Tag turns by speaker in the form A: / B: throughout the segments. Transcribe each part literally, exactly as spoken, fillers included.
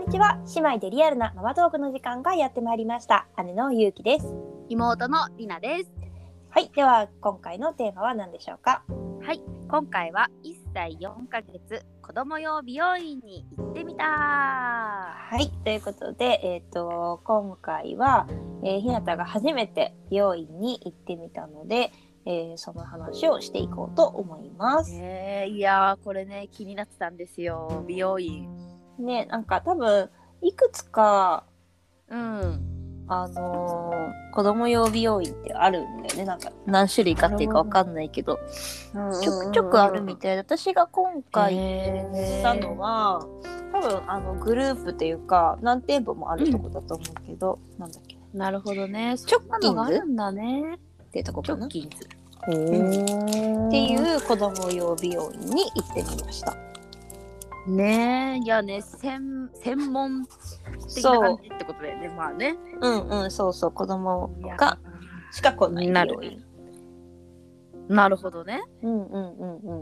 A: にちは。姉妹でリアルなママトークの時間がやってまいりました。姉のゆうきです。
B: 妹のりなです。
A: はい、では今回のテーマは何でしょうか？
B: はい、今回はいっさいよんかげつ子供用美容院に行ってみた。
A: はい、ということで、えー、と今回は、えー、ひなたが初めて美容院に行ってみたので、えー、その話をしていこうと思います。
B: えー、いやーこれね気になってたんですよ、美容院
A: ね。なんか多分いくつか
B: うん
A: あのー、子供用美容院ってあるんだよね。なんか何種類かっていうかわかんないけど、ちょくちょくあるみたいで、私が今回行ったのは、多分あのグループというか何店舗もあるとこだと思うけど、うん、なんだっけ。
B: なるほどね。
A: チョッキンズ
B: あるんだね
A: っていうとこかな。
B: チョッキンズ、
A: うん、っていう子供用美容院に行ってみました。
B: ねえ、いやね、専専門的な感じってことだよね。まあね。
A: うんうん、そうそう、子供がしか来ない美容院。
B: なるほどね。
A: うんうんうんうん。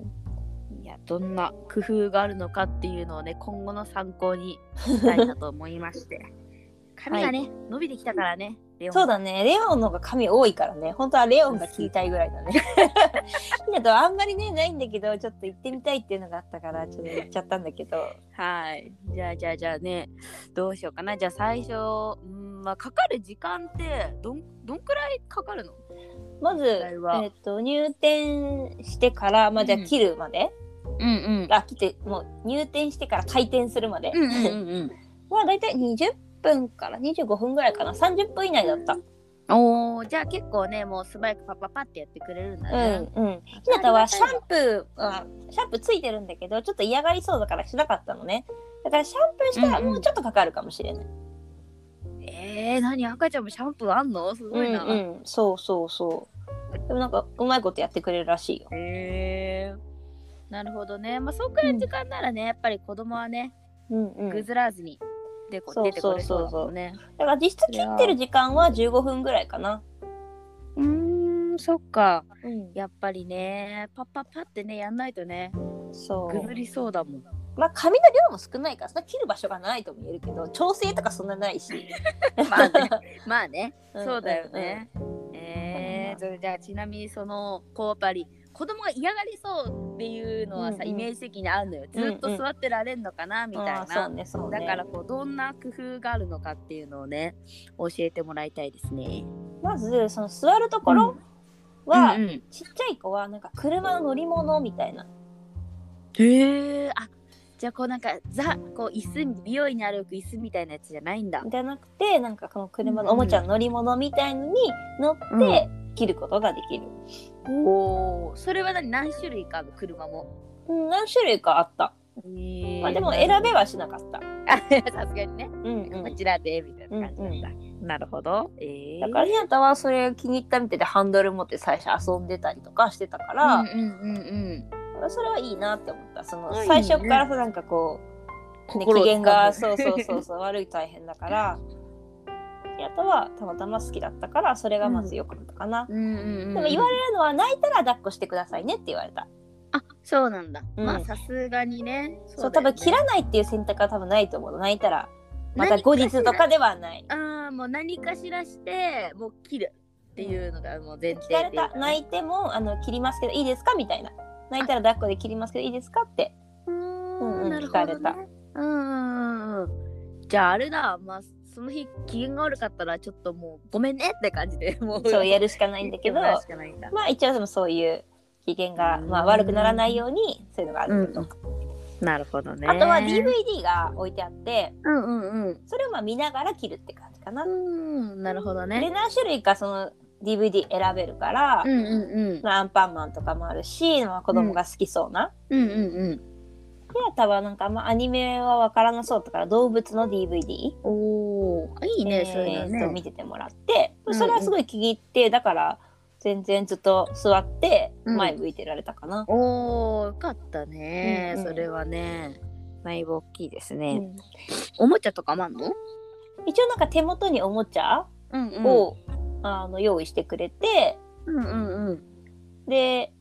B: いや、どんな工夫があるのかっていうのをね、今後の参考にしたいなと思いまして髪がね、はい、伸びてきたからね。レオン
A: そうだね、レオンの方が髪多いからね。本当はレオンが切りたいぐらいだね。ひなとあんまりねないんだけど、ちょっと行ってみたいっていうのがあったからちょっと行っちゃったんだけど。
B: はい。じゃあじゃあじゃあね、どうしようかな。じゃあ最初、んまあかかる時間ってどんどんくらいかかるの？
A: まずえっと入店してからまあじゃあ切るまで。
B: うんうん。
A: あ、切ってもう入店してから開店するまで。
B: うんうんうんうん。
A: はだいたいにじゅっぷんからにじゅうごふんぐらいかな。さんじゅっぷん以内だった。
B: おー、じゃあ結構ね、もう素早くパパパってやってくれるんだね。
A: うんうん。ひなたはシャンプーはシャンプーついてるんだけど、ちょっと嫌がりそうだからしなかったのね。だからシャンプーしたらもうちょっとかかるかもしれない。
B: うんうん、えー、何、赤ちゃんもシャンプーあんの？すごいな。
A: うんうん、そうそうそう。でもなんかうまいことやってくれるらしいよ。
B: へえー、なるほどね。まあそうくらい時間ならね、うん、やっぱり子供はね、うんうん、ぐずらずにでこ出てくれそうだもんね。
A: だから実質切ってる時間はじゅうごふんぐらいかな。
B: うーん、そっか、
A: うん、
B: やっぱりね、パッパッパってねやんないとね、
A: そう
B: ぐずりそうだもん。
A: まあ髪の量も少ないからそんな切る場所がないとも言えるけど、調整とかそんなないし。
B: まあね、まあね、そうだよね。
A: うんうんうん、
B: えー、じゃあちなみにそのこうやっぱり子供が嫌がりそうっていうのはさ、うんうん、イメージ的にあるのよ。ずっと座ってられんのかな、うんうん、みたいな。
A: そうねそうね。
B: だからこうどんな工夫があるのかっていうのをね教えてもらいたいですね。
A: まずその座るところは、うんうんうん、ちっちゃい子はなんか車の乗り物みたいな。
B: へえ、あ、じゃあこうなんかザこう椅子、美容院に歩く椅子みたいなやつじゃないんだ。
A: じゃなくて、なんかこの車のおもちゃの乗り物みたいのに乗って切ることができる。
B: うん、おお、それは何何種類かの車も？
A: うん、何種類かあった。えー、まあでも選べはしなかった。
B: さすがにね。
A: うんうん。
B: こちらでみたいな感じなんだ。うんうん、なるほど。えー、
A: だからひなたはそれ気に入ったみたいでハンドル持って最初遊んでたりとかしてたから。うんうんうんうん。それはいいなって思った。その最初からさ、なんかこう、ね、機嫌がそうそうそうそう悪い大変だからやたはたまたま好きだったからそれがまず良かったかな、うんうんうんうん、でも言われるのは泣いたら抱っこしてくださいねって言われた。
B: あ、そうなんだ、うん、まあさすがにね。
A: そう、そう多分切らないっていう選択は多分ないと思う。泣いたらまた後日とかではない。
B: ああ、もう何かしらしてもう切るっていうのがもう前提、
A: 聞かれた。泣いてもあの切りますけどいいですかみたいな。泣いたら抱っこで切りますけどいいですかって。
B: うーん、うんうん、聞かれた。うんうん。じゃああれだ、まあその日機嫌が悪かったらちょっともうごめんねって感じでもう
A: そうやるしかないんだけど、まあ一応でもそういう機嫌が、まあ、悪くならないようにそういうのがあると、
B: うん、なるほどね。
A: あとは ディーブイディー が置いてあって、
B: うんうんうん、
A: それをまあ見ながら切るって感じかな。
B: うん、なるほどね。
A: で何種類かその ディーブイディー 選べるから、うんうんうん、アンパンマンとかもあるし、まあ、子供が好きそうな、うん、うんうんうん。ひなたはなんかあんまアニメはわからなそうだから動物の ディーブイディー
B: おー、いいね、
A: えー、
B: そういうのね
A: 見ててもらって、それはすごい気に入って、うんうん、だから全然ずっと座って前向いてられたかな、
B: うん、おー、よかったね、うんうん、それはねだいぶ大きいですね、うん、おもちゃとかもあんの？
A: 一応なんか手元におもちゃを、うんうん、あの用意してくれて、うんうんうん、で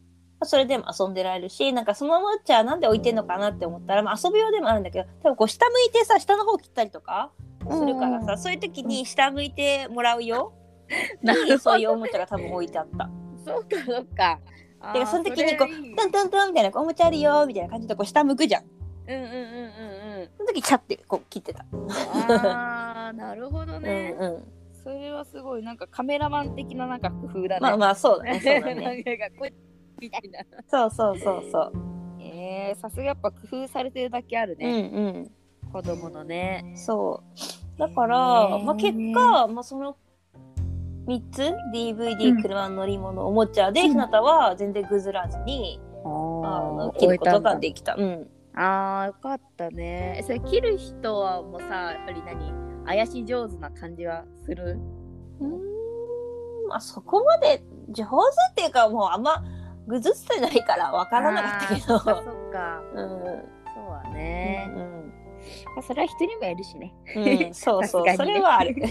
A: それでも遊んでられるし、なんかそのおもちゃなんで置いてんのかなって思ったら、まあ、遊ぶ用でもあるんだけど、多分こう下向いてさ下の方切ったりとかするからさ、うん、そういう時に下向いてもらうよにそういうおもちゃが多分置いてあった。
B: そうかそうか。
A: でその時にこうトントントンみたいなおもちゃあるよみたいな感じでこう下向くじゃん。
B: うんうんうんうんうん。
A: その時チャッてこう切ってた。
B: ああなるほどね。
A: うんうん。
B: それはすごいなんかカメラマン的ななんか工夫だね。
A: まあまあそうだねそうだね。
B: なんかこうみたいな。
A: そうそうそうそう。
B: えー、さすがやっぱ工夫されてるだけあるね。
A: うんうん。
B: 子供のね。
A: そうだから、えー、まあ結果まあそのみっつ ディーブイディー、車の乗り物、うん、おもちゃでひなたは全然ぐずらずに、うん、あの切ることができた。うん、
B: あーよかったね。それ切る人はもうさやっぱり何怪し上手な感じはする？
A: うーんまあそこまで上手っていうかもうあんまぐずってないから分からなかったけど。
B: そっかそっか、うん、そうはね、うんうんまあ、それは人にもやるしね。
A: うん、そうそう、ね、それはある。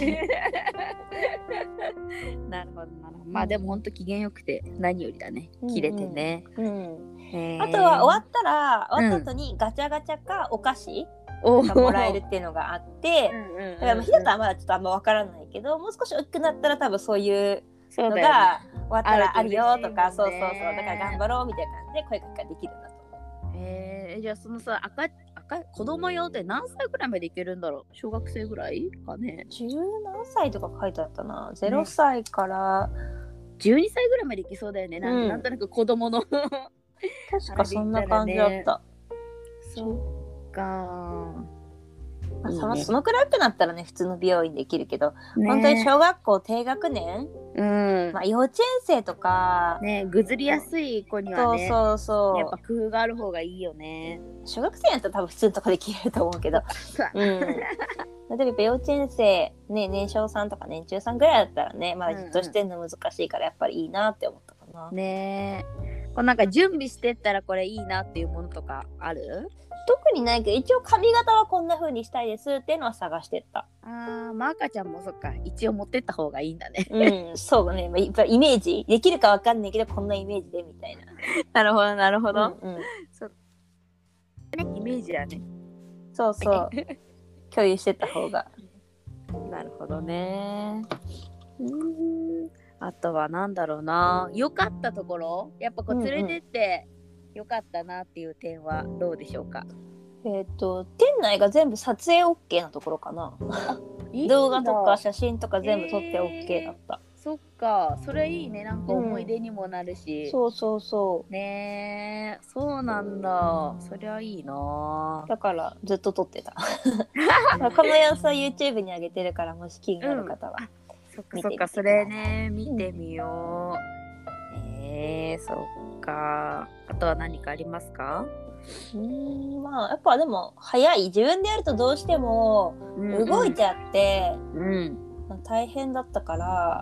B: なるほどなるほど。まあでも本当機嫌よくて何よりだね。切れてね。
A: うんうんえー、あとは終わったら終わった後にガチャガチャかお菓子がもらえるっていうのがあって、だからひなたはまだちょっとあんま分からないけど、もう少し大きくなったら多分そういうのが終わったらあるよとか、そうそうそうだから頑張ろうみたいな感じで声かけができるんだと思う。
B: えー、じゃあそのさ赤赤子供用って何歳ぐらいまでいけるんだろう？小学生ぐらいかね。
A: じゅうなんさいとか書いてあったな。ゼロさいから
B: じゅうにさいぐらいまでいきそうだよね。なん、うん、なんとなく子供の
A: 確かそんな感じだった。
B: そっか、
A: まあ、その、いいね、そのくらいくなったらね普通の美容院できるけど、ね、本当に小学校低学年、うんまあ、幼稚園生とか
B: ねぐずりやすい子にはね
A: そうそうそう
B: やっぱ工夫がある方がいいよね。
A: 小学生やったら多分普通のとこで切れると思うけどうん、例えばやっぱ幼稚園生、ね、年少さんとか年中さんぐらいだったらねまだじっとしてんの難しいからやっぱりいいなって思ったかな、
B: うん、ねえこうなんか準備してったらこれいいなっていうものとかある？
A: 特にないけど一応髪型はこんな風にしたいですっていうのは探してった。
B: あーまあ赤ちゃんもそっか一応持ってった方がいいんだね。
A: うんそうね、まあ、イメージできるかわかんないけどこんなイメージでみたいな。
B: なるほどなるほど、うんうん、
A: そう
B: ねイメージだね。
A: そうそう共有してった方が
B: なるほどね。うーんあとはなんだろうな良かったところやっぱこう連れてって良かったなっていう点はどうでしょうか？
A: えっと店内が全部撮影 OK なところかな。いい動画とか写真とか全部撮って OK だった、
B: えー、そっかそれいいねなんか思い出にもなるし、
A: うん、そうそうそう
B: ねえそうなんだそりゃいいな
A: だからずっと撮ってたこの様子は YouTube に上げてるからもし気になる方は、うん
B: そっかそっかそれね見てみよう、うん、えー、そっかあとは何かありますか？
A: うーんまあやっぱでも早い自分でやるとどうしても動いちゃって、うんうんまあ、大変だったから、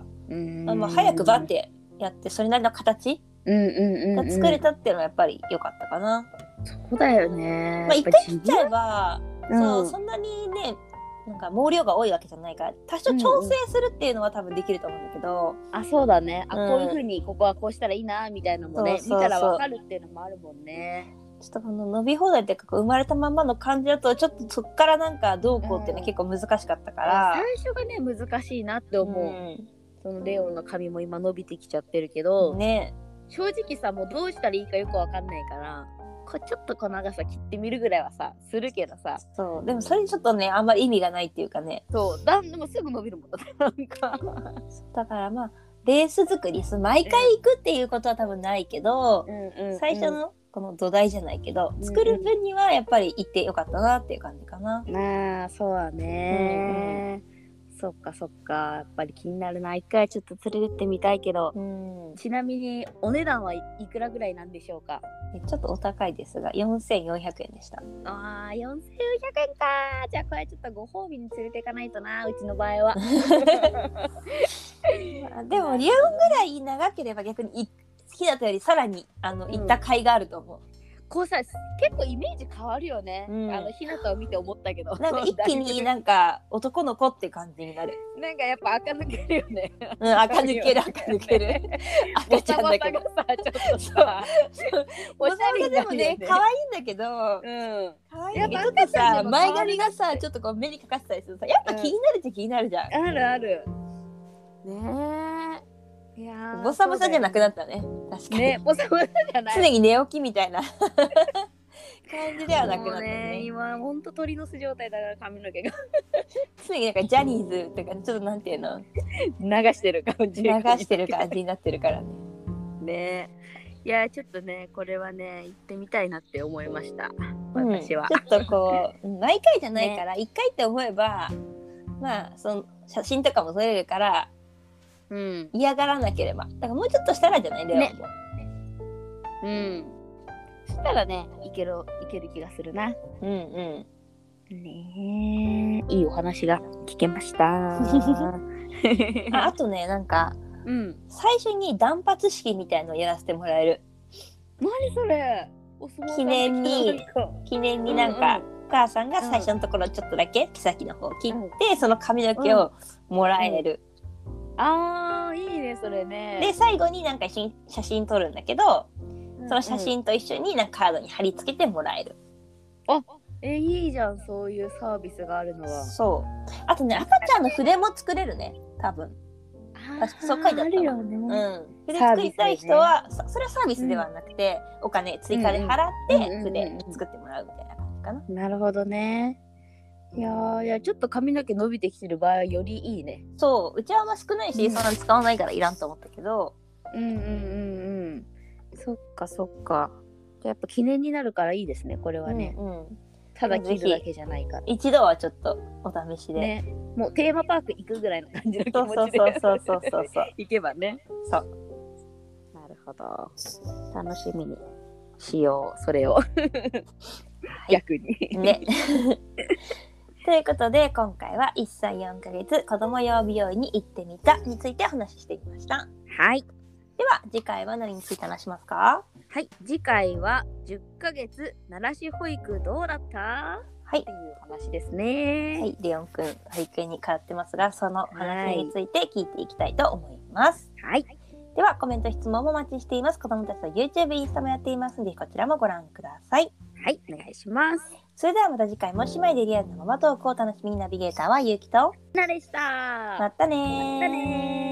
A: うんまあ、早くバッてやってそれなりの形が作れたっていうのはやっぱり良かったかな。
B: そうだよね。
A: まあ一回切っちゃえば、うん、そうそんなにねなんか毛量が多いわけじゃないから多少調整するっていうのは多分できると思うんだけど、
B: うん、あそうだねあ、うん、こういう風にここはこうしたらいいなみたいなのもねそうそうそう見たらわかるっていうのもあるもんね。
A: ちょっとこの伸び放題っていうか生まれたままの感じだとちょっとそっからなんかどうこうっていうのは結構難しかったから、
B: うん、最初がね難しいなって思う、うん、そのレオンの髪も今伸びてきちゃってるけど、ね、正直さもうどうしたらいいかよくわかんないからこちょっとこの長さ切ってみるぐらいはさするけどさ
A: そうでもそれちょっとねあんまり意味がないっていうかね
B: そうだでもすぐ伸びるもんなんか
A: だからまあベース作り毎回行くっていうことは多分ないけど、うんうんうん、最初のこの土台じゃないけど、うんうん、作る分にはやっぱり行ってよかったなっていう感じかな。
B: ああそうだね、うんうん、そっかそっかやっぱり気になるな一回ちょっと連れてってみたいけど、うん、ちなみにお値段はいくらぐらいなんでしょうか？
A: ちょっとお高いですがよんせんよんひゃくえんでした。
B: あーよんせんよんひゃくえんかじゃあこれちょっとご褒美に連れていかないとなうちの場合は
A: でもリアルぐらい長ければ逆に好きだったよりさらにあの、うん、行った甲斐があると思う。
B: こうさ結構イメージ変わるよね、うん、あのひなたを見て思ったけど
A: なんか一気になんか男の子って感じになる
B: なんかやっぱ垢抜けるよね
A: うん垢抜ける垢抜ける赤ちゃんだけど
B: さちょっとさ
A: おしゃれでもね可愛いんだけど、うん、可愛いんだけどちょっとさ前髪がさちょっとこう目にかかってたりするとさやっぱ気になるっちゃ気になるじゃん、
B: うん、あるあるねえいや
A: ボサボサじゃなくなったね確かに
B: ねボサボサじゃない
A: 常に寝起きみたいな感じではなくなったね。
B: ね今ほんと鳥の巣状態だから髪の毛が
A: 常になんかジャニーズとかちょっとなんていうの
B: 流してる感じ
A: 流してる感じになってるからね。
B: ねいやちょっとねこれはね行ってみたいなって思いました私は、
A: うん、ちょっとこう毎回じゃないからいっかいって思えばまあその写真とかも撮れるからうん、嫌がらなければだからもうちょっとしたらじゃないレオンも、ね、
B: うんそしたらねいけるいける気がするな
A: うんうん
B: ねえいいお話が聞けました
A: あ, あとねなんか、うん、最初に断髪式みたいのをやらせてもらえる
B: 何それ
A: 記念に記念になんか、うんうん、お母さんが最初のところちょっとだけ毛先の方を切って、うん、その髪の毛をもらえる、うん
B: あーいいねそれね
A: で最後になんか写真撮るんだけど、うんうん、その写真と一緒になんかカードに貼り付けてもらえる
B: あえいいじゃんそういうサービスがあるのは
A: そうあとね赤ちゃんの筆も作れるね多分確かそう書いてあったわ、ねうん、筆作りたい人は そ,、ね、それはサービスではなくて、うん、お金追加で払って筆作ってもらうみたいな感じかな、
B: なるほどねいやいやちょっと髪の毛伸びてきてる場合はよりいいね
A: そううちはあんま少ないし、うん、そんなに使わないからいらんと思ったけど
B: うんうんうんうんそっかそっかじゃあやっぱ記念になるからいいですねこれはね、うんうん、ただ切るだけじゃないから
A: 一度はちょっとお試しで、ね、
B: もうテーマパーク行くぐらいの感じの気持ちで
A: そうそうそうそうそう
B: 行けばね
A: そう
B: なるほど楽しみにしようそれを逆に
A: ねということで今回はいっさいよんかげつ子ども用美容院に行ってみたについてお話ししてみました。
B: はい
A: では次回は何について話しますか？
B: はい次回はじゅっかげつ奈良市保育どうだった
A: はい
B: という話ですね。
A: はいレオンくん保育園に通ってますがその話について聞いていきたいと思います。
B: はい
A: ではコメント質問もお待ちしています。子どもたちの YouTube インスタもやっていますのでこちらもご覧ください。
B: はいお願いします。
A: それではまた次回も姉妹でリアルなママトークを楽しみにナビゲーターはゆうきと
B: なでした。
A: またねー。
B: またねー。